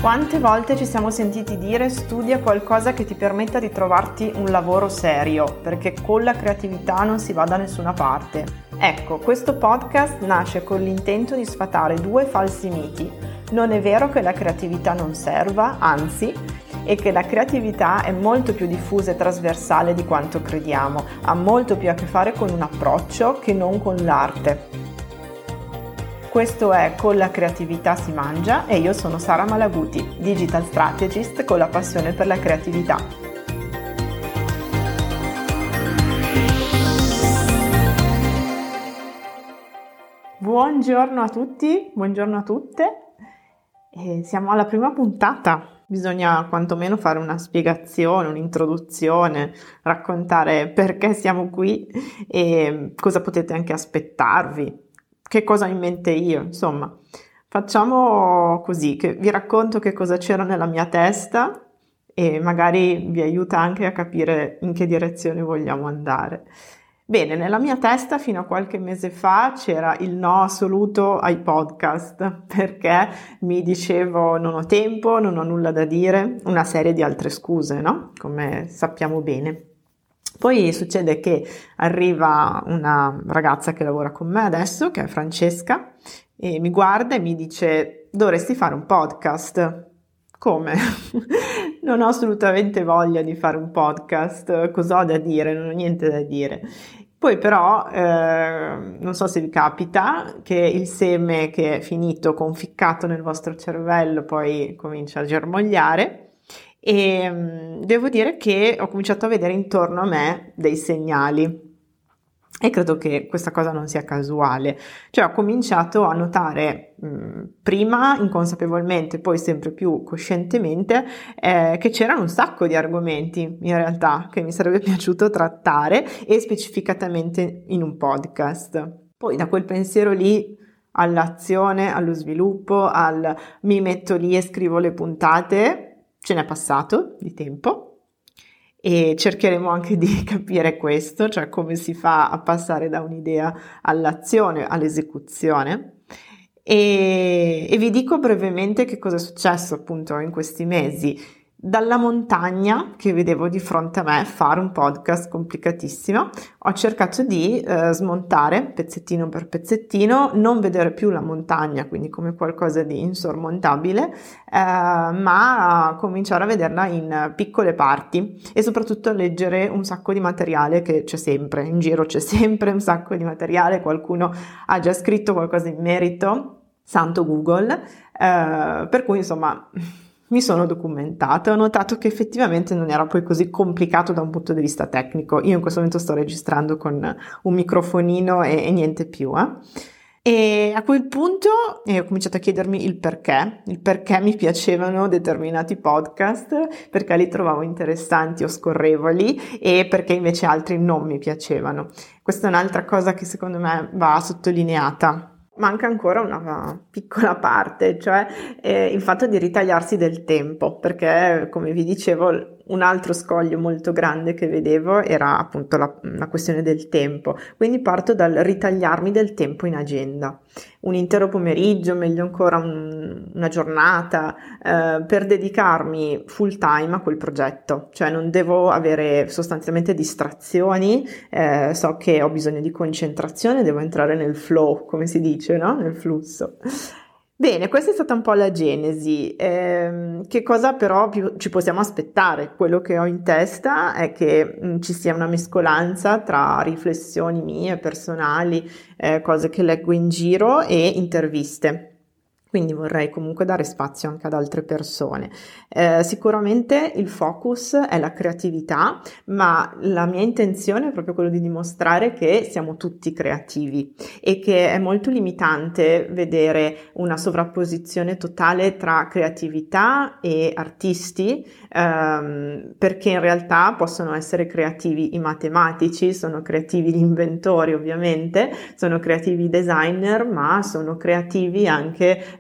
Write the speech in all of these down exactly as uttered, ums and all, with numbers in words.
Quante volte ci siamo sentiti dire studia qualcosa che ti permetta di trovarti un lavoro serio, perché con la creatività non si va da nessuna parte. Ecco, questo podcast nasce con l'intento di sfatare due falsi miti. Non è vero che la creatività non serva, anzi, e che la creatività è molto più diffusa e trasversale di quanto crediamo, ha molto più a che fare con un approccio che non con l'arte. Questo è Con la creatività si mangia e io sono Sara Malaguti, digital strategist con la passione per la creatività. Buongiorno a tutti, buongiorno a tutte. E siamo alla prima puntata, bisogna quantomeno fare una spiegazione, un'introduzione, raccontare perché siamo qui e cosa potete anche aspettarvi. Che cosa ho in mente io, insomma. Facciamo così, che vi racconto che cosa c'era nella mia testa e magari vi aiuta anche a capire in che direzione vogliamo andare. Bene, nella mia testa fino a qualche mese fa c'era il no assoluto ai podcast, perché mi dicevo non ho tempo, non ho nulla da dire, una serie di altre scuse, no? Come sappiamo bene. Poi succede che arriva una ragazza che lavora con me adesso, che è Francesca, e mi guarda e mi dice: dovresti fare un podcast. Come? Non ho assolutamente voglia di fare un podcast, cosa ho da dire? Non ho niente da dire. Poi però, eh, non so se vi capita, che il seme che è finito conficcato nel vostro cervello poi comincia a germogliare. E um, devo dire che ho cominciato a vedere intorno a me dei segnali e credo che questa cosa non sia casuale, cioè ho cominciato a notare mh, prima inconsapevolmente, poi sempre più coscientemente eh, che c'erano un sacco di argomenti in realtà che mi sarebbe piaciuto trattare e specificatamente in un podcast. Poi da quel pensiero lì all'azione, allo sviluppo, al mi metto lì e scrivo le puntate. Ce n'è passato di tempo e cercheremo anche di capire questo, cioè come si fa a passare da un'idea all'azione, all'esecuzione. E, e vi dico brevemente che cosa è successo appunto in questi mesi. Dalla montagna che vedevo di fronte a me fare un podcast complicatissimo, ho cercato di eh, smontare pezzettino per pezzettino, non vedere più la montagna, quindi come qualcosa di insormontabile, eh, ma cominciare a vederla in piccole parti e soprattutto leggere un sacco di materiale che c'è sempre, in giro c'è sempre un sacco di materiale, qualcuno ha già scritto qualcosa in merito, santo Google, eh, per cui insomma mi sono documentata e ho notato che effettivamente non era poi così complicato da un punto di vista tecnico. Io in questo momento sto registrando con un microfonino e, e niente più. Eh. E a quel punto eh, ho cominciato a chiedermi il perché, il perché mi piacevano determinati podcast, perché li trovavo interessanti o scorrevoli e perché invece altri non mi piacevano. Questa è un'altra cosa che secondo me va sottolineata. Manca ancora una piccola parte, cioè eh, il fatto di ritagliarsi del tempo, perché come vi dicevo un altro scoglio molto grande che vedevo era appunto la, la questione del tempo, quindi parto dal ritagliarmi del tempo in agenda, un intero pomeriggio, meglio ancora un, una giornata eh, per dedicarmi full time a quel progetto, cioè non devo avere sostanzialmente distrazioni, eh, so che ho bisogno di concentrazione, devo entrare nel flow, come si dice, no? Nel flusso. Bene, questa è stata un po' la genesi. Eh, che cosa però più ci possiamo aspettare? Quello che ho in testa è che mh, ci sia una mescolanza tra riflessioni mie, personali, eh, cose che leggo in giro e interviste. Quindi vorrei comunque dare spazio anche ad altre persone. Eh, sicuramente il focus è la creatività, ma la mia intenzione è proprio quello di dimostrare che siamo tutti creativi e che è molto limitante vedere una sovrapposizione totale tra creatività e artisti, ehm, perché in realtà possono essere creativi i matematici, sono creativi gli inventori ovviamente, sono creativi i designer, ma sono creativi anche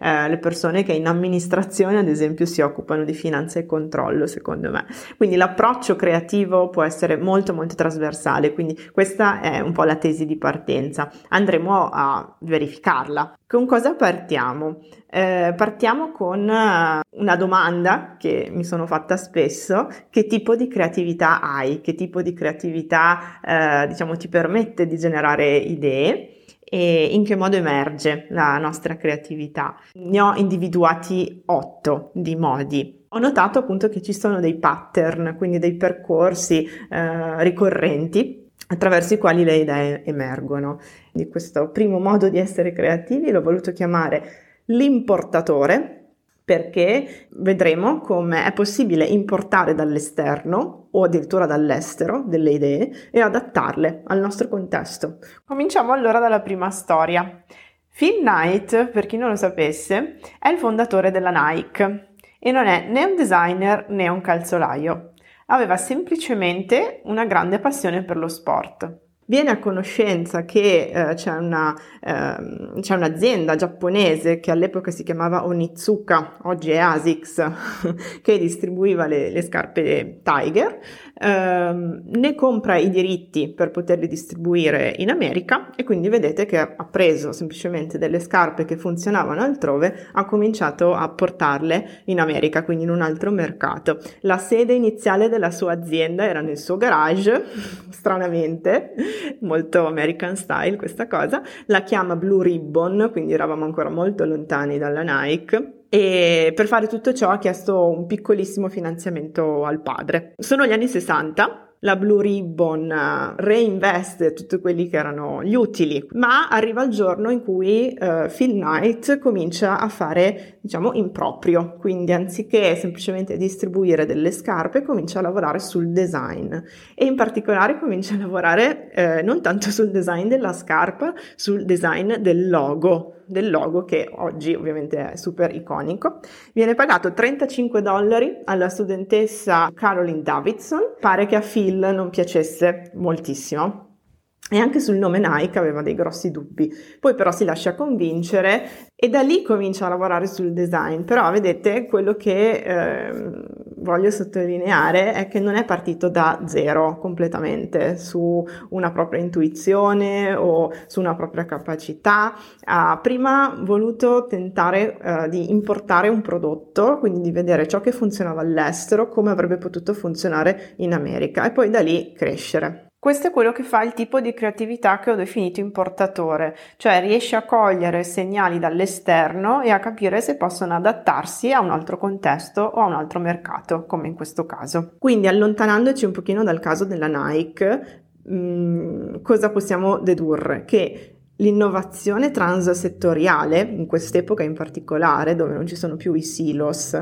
eh, le persone che in amministrazione, ad esempio, si occupano di finanza e controllo, secondo me. Quindi l'approccio creativo può essere molto molto trasversale, quindi questa è un po' la tesi di partenza. Andremo a verificarla. Con cosa partiamo? Eh, partiamo con una domanda che mi sono fatta spesso: che tipo di creatività hai? Che tipo di creatività eh, diciamo ti permette di generare idee? E in che modo emerge la nostra creatività? Ne ho individuati otto di modi. Ho notato appunto che ci sono dei pattern, quindi dei percorsi eh, ricorrenti attraverso i quali le idee emergono. Di questo primo modo di essere creativi l'ho voluto chiamare l'importatore, perché vedremo come è possibile importare dall'esterno o addirittura dall'estero delle idee e adattarle al nostro contesto. Cominciamo allora dalla prima storia. Phil Knight, per chi non lo sapesse, è il fondatore della Nike e non è né un designer né un calzolaio. Aveva semplicemente una grande passione per lo sport. Viene a conoscenza che eh, c'è, una, eh, c'è un'azienda giapponese che all'epoca si chiamava Onitsuka, oggi è Asics, che distribuiva le, le scarpe Tiger, eh, ne compra i diritti per poterli distribuire in America e quindi vedete che ha preso semplicemente delle scarpe che funzionavano altrove, ha cominciato a portarle in America, quindi in un altro mercato. La sede iniziale della sua azienda era nel suo garage, stranamente, molto American style questa cosa, la chiama Blue Ribbon, quindi eravamo ancora molto lontani dalla Nike, e per fare tutto ciò ha chiesto un piccolissimo finanziamento al padre. Sono gli anni sessanta, la Blue Ribbon reinveste tutti quelli che erano gli utili, ma arriva il giorno in cui uh, Phil Knight comincia a fare, diciamo, in proprio, quindi anziché semplicemente distribuire delle scarpe comincia a lavorare sul design e in particolare comincia a lavorare eh, non tanto sul design della scarpa, sul design del logo, del logo che oggi ovviamente è super iconico. Viene pagato trentacinque dollari alla studentessa Caroline Davidson. Pare che a Phil non piacesse moltissimo e anche sul nome Nike aveva dei grossi dubbi. Poi però si lascia convincere e da lì comincia a lavorare sul design. Però vedete, quello che eh, voglio sottolineare è che non è partito da zero completamente su una propria intuizione o su una propria capacità. Ha prima voluto tentare eh, di importare un prodotto, quindi di vedere ciò che funzionava all'estero, come avrebbe potuto funzionare in America e poi da lì crescere. Questo è quello che fa il tipo di creatività che ho definito importatore, cioè riesce a cogliere segnali dall'esterno e a capire se possono adattarsi a un altro contesto o a un altro mercato, come in questo caso. Quindi, allontanandoci un pochino dal caso della Nike, mh, cosa possiamo dedurre? Che l'innovazione transsettoriale, in quest'epoca in particolare, dove non ci sono più i silos,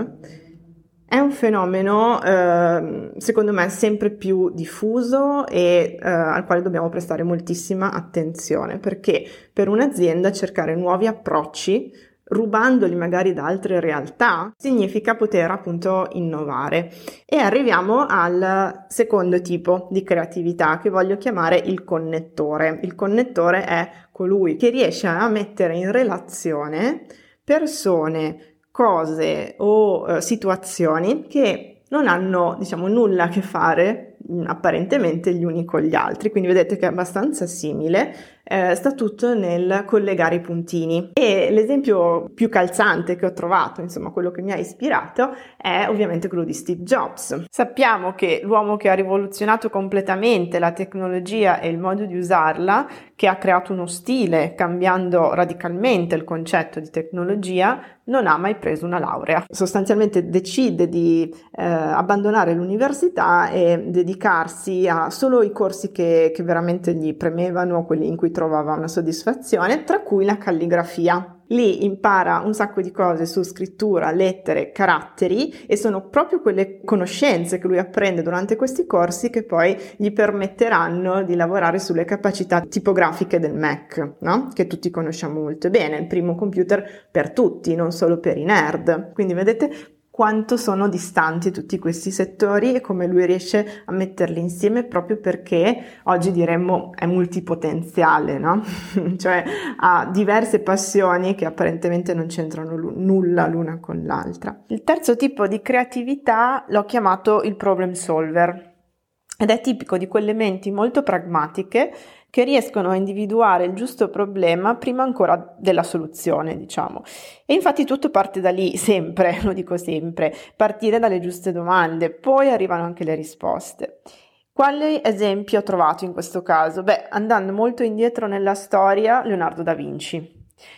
è un fenomeno, eh, secondo me, sempre più diffuso e eh, al quale dobbiamo prestare moltissima attenzione, perché per un'azienda cercare nuovi approcci, rubandoli magari da altre realtà, significa poter appunto innovare. E arriviamo al secondo tipo di creatività che voglio chiamare il connettore. Il connettore è colui che riesce a mettere in relazione persone, cose o uh, situazioni che non hanno, diciamo, nulla a che fare mh, apparentemente gli uni con gli altri, quindi vedete che è abbastanza simile, eh, sta tutto nel collegare i puntini. E l'esempio più calzante che ho trovato, insomma quello che mi ha ispirato, è ovviamente quello di Steve Jobs. Sappiamo che l'uomo che ha rivoluzionato completamente la tecnologia e il modo di usarla, che ha creato uno stile cambiando radicalmente il concetto di tecnologia, non ha mai preso una laurea. Sostanzialmente decide di eh, abbandonare l'università e dedicarsi a solo i corsi che, che veramente gli premevano, quelli in cui trovava una soddisfazione, tra cui la calligrafia. Lì impara un sacco di cose su scrittura, lettere, caratteri e sono proprio quelle conoscenze che lui apprende durante questi corsi che poi gli permetteranno di lavorare sulle capacità tipografiche del Mac, no? Che tutti conosciamo molto bene, il primo computer per tutti, non solo per i nerd. Quindi vedete, quanto sono distanti tutti questi settori e come lui riesce a metterli insieme, proprio perché oggi diremmo è multipotenziale, no? Cioè ha diverse passioni che apparentemente non c'entrano l- nulla l'una con l'altra. Il terzo tipo di creatività l'ho chiamato il problem solver ed è tipico di quelle menti molto pragmatiche che riescono a individuare il giusto problema prima ancora della soluzione, diciamo. E infatti tutto parte da lì, sempre, lo dico sempre, partire dalle giuste domande, poi arrivano anche le risposte. Quale esempio ho trovato in questo caso? Beh, andando molto indietro nella storia, Leonardo da Vinci.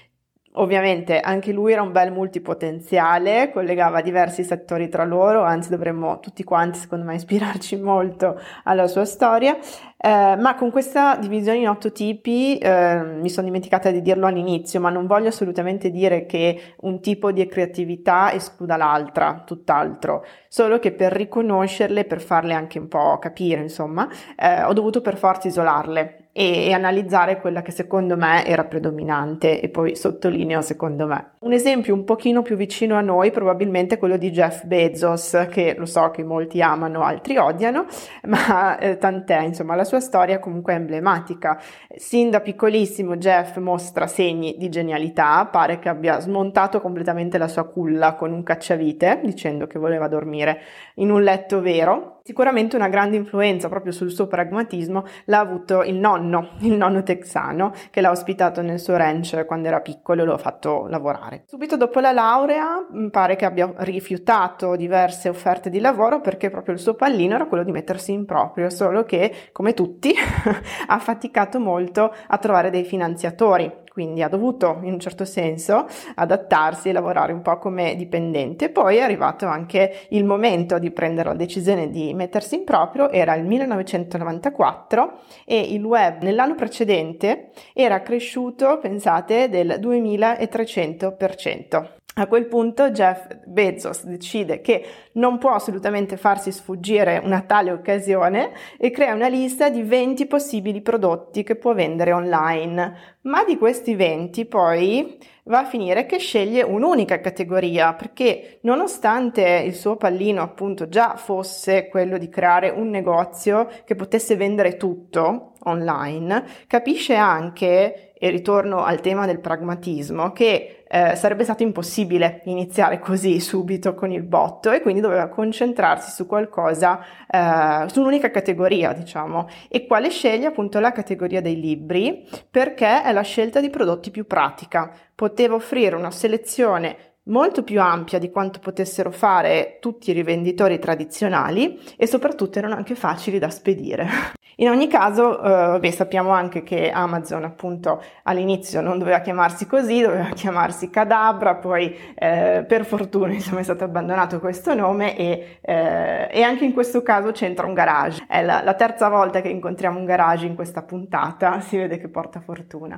Ovviamente anche lui era un bel multipotenziale, collegava diversi settori tra loro, anzi dovremmo tutti quanti secondo me ispirarci molto alla sua storia, eh, ma con questa divisione in otto tipi, eh, mi sono dimenticata di dirlo all'inizio, ma non voglio assolutamente dire che un tipo di creatività escluda l'altra, tutt'altro, solo che per riconoscerle, per farle anche un po' capire, insomma, eh, ho dovuto per forza isolarle e analizzare quella che secondo me era predominante e poi sottolineo secondo me. Un esempio un pochino più vicino a noi probabilmente è quello di Jeff Bezos, che lo so che molti amano, altri odiano, ma eh, tant'è, insomma la sua storia comunque è emblematica. Sin da piccolissimo Jeff mostra segni di genialità, pare che abbia smontato completamente la sua culla con un cacciavite, dicendo che voleva dormire in un letto vero. Sicuramente una grande influenza proprio sul suo pragmatismo l'ha avuto il nonno, il nonno texano, che l'ha ospitato nel suo ranch quando era piccolo e lo ha fatto lavorare. Subito dopo la laurea pare che abbia rifiutato diverse offerte di lavoro perché proprio il suo pallino era quello di mettersi in proprio, solo che, come tutti, ha faticato molto a trovare dei finanziatori. Quindi ha dovuto in un certo senso adattarsi e lavorare un po' come dipendente. Poi è arrivato anche il momento di prendere la decisione di mettersi in proprio, era il millenovecentonovantaquattro e il web nell'anno precedente era cresciuto, pensate, del duemilatrecento per cento. A quel punto Jeff Bezos decide che non può assolutamente farsi sfuggire una tale occasione e crea una lista di venti possibili prodotti che può vendere online, ma di questi venti poi va a finire che sceglie un'unica categoria, perché nonostante il suo pallino appunto già fosse quello di creare un negozio che potesse vendere tutto online, capisce anche, e ritorno al tema del pragmatismo, che eh, sarebbe stato impossibile iniziare così subito con il botto e quindi doveva concentrarsi su qualcosa, eh, su un'unica categoria, diciamo, e quale sceglie appunto la categoria dei libri, perché è la scelta di prodotti più pratica. Poteva offrire una selezione molto più ampia di quanto potessero fare tutti i rivenditori tradizionali e soprattutto erano anche facili da spedire. In ogni caso, eh, beh, sappiamo anche che Amazon appunto all'inizio non doveva chiamarsi così, doveva chiamarsi Cadabra, poi eh, per fortuna insomma è stato abbandonato questo nome e, eh, e anche in questo caso c'entra un garage. È la, la terza volta che incontriamo un garage in questa puntata, si vede che porta fortuna.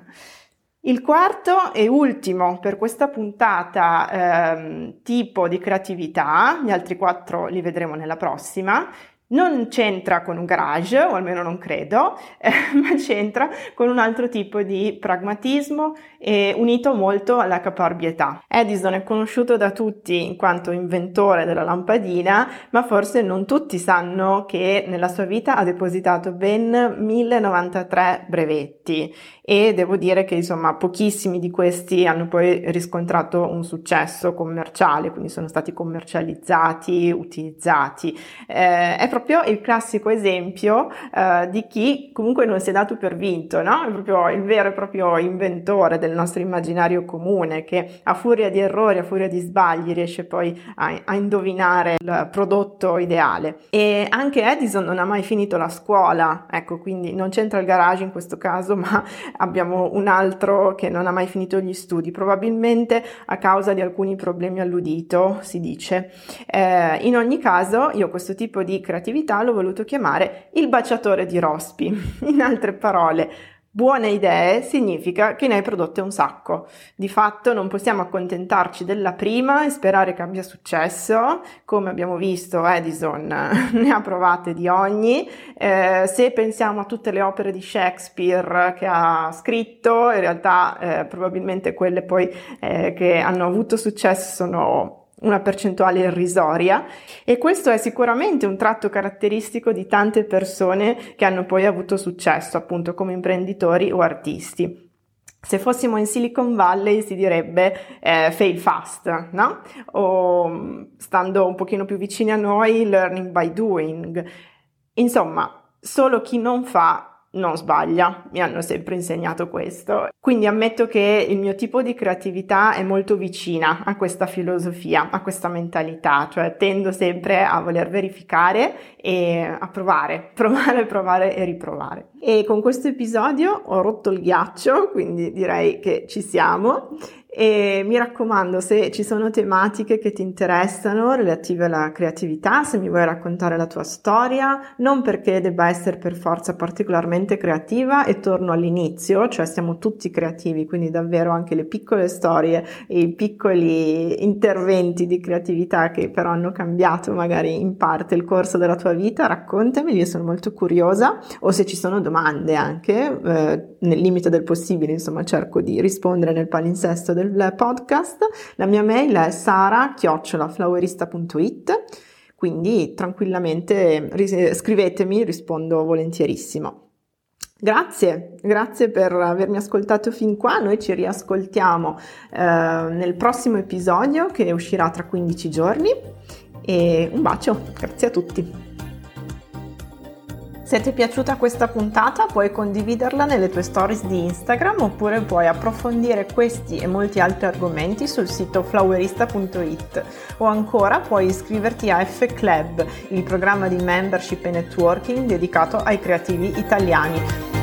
Il quarto e ultimo per questa puntata ehm, tipo di creatività, gli altri quattro li vedremo nella prossima, non c'entra con un garage, o almeno non credo, eh, ma c'entra con un altro tipo di pragmatismo e unito molto alla caparbietà. Edison è conosciuto da tutti in quanto inventore della lampadina, ma forse non tutti sanno che nella sua vita ha depositato ben mille novantatré brevetti e devo dire che insomma pochissimi di questi hanno poi riscontrato un successo commerciale, quindi sono stati commercializzati, utilizzati. Eh, è proprio il classico esempio eh, di chi comunque non si è dato per vinto, no? È proprio il vero e proprio inventore del nostro immaginario comune che a furia di errori, a furia di sbagli riesce poi a, a indovinare il prodotto ideale. E anche Edison non ha mai finito la scuola, ecco, quindi non c'entra il garage in questo caso, ma abbiamo un altro che non ha mai finito gli studi, probabilmente a causa di alcuni problemi all'udito, si dice. Eh, in ogni caso, io questo tipo di creatività l'ho voluto chiamare il baciatore di rospi. In altre parole, buone idee significa che ne hai prodotte un sacco. Di fatto non possiamo accontentarci della prima e sperare che abbia successo. Come abbiamo visto, Edison ne ha provate di ogni. Eh, se pensiamo a tutte le opere di Shakespeare che ha scritto, in realtà eh, probabilmente quelle poi eh, che hanno avuto successo sono una percentuale irrisoria, e questo è sicuramente un tratto caratteristico di tante persone che hanno poi avuto successo appunto come imprenditori o artisti. Se fossimo in Silicon Valley si direbbe eh, fail fast, no? O stando un pochino più vicini a noi, learning by doing. Insomma, solo chi non fa non sbaglia, mi hanno sempre insegnato questo. Quindi ammetto che il mio tipo di creatività è molto vicina a questa filosofia, a questa mentalità, cioè tendo sempre a voler verificare e a provare, provare, provare e riprovare. E con questo episodio ho rotto il ghiaccio, quindi direi che ci siamo. E mi raccomando, se ci sono tematiche che ti interessano relative alla creatività, se mi vuoi raccontare la tua storia, non perché debba essere per forza particolarmente creativa, e torno all'inizio, cioè siamo tutti creativi, quindi davvero anche le piccole storie e i piccoli interventi di creatività che però hanno cambiato magari in parte il corso della tua vita, raccontami, io sono molto curiosa, o se ci sono domande anche, eh, nel limite del possibile, insomma cerco di rispondere nel palinsesto del podcast. La mia mail è sara chiocciola flowerista punto it, quindi tranquillamente ris- scrivetemi, rispondo volentierissimo. Grazie, grazie per avermi ascoltato fin qua. Noi ci riascoltiamo eh, nel prossimo episodio che uscirà tra quindici giorni, e un bacio, grazie a tutti. Se ti è piaciuta questa puntata puoi condividerla nelle tue stories di Instagram, oppure puoi approfondire questi e molti altri argomenti sul sito flowerista punto it, o ancora puoi iscriverti a F Club, il programma di membership e networking dedicato ai creativi italiani.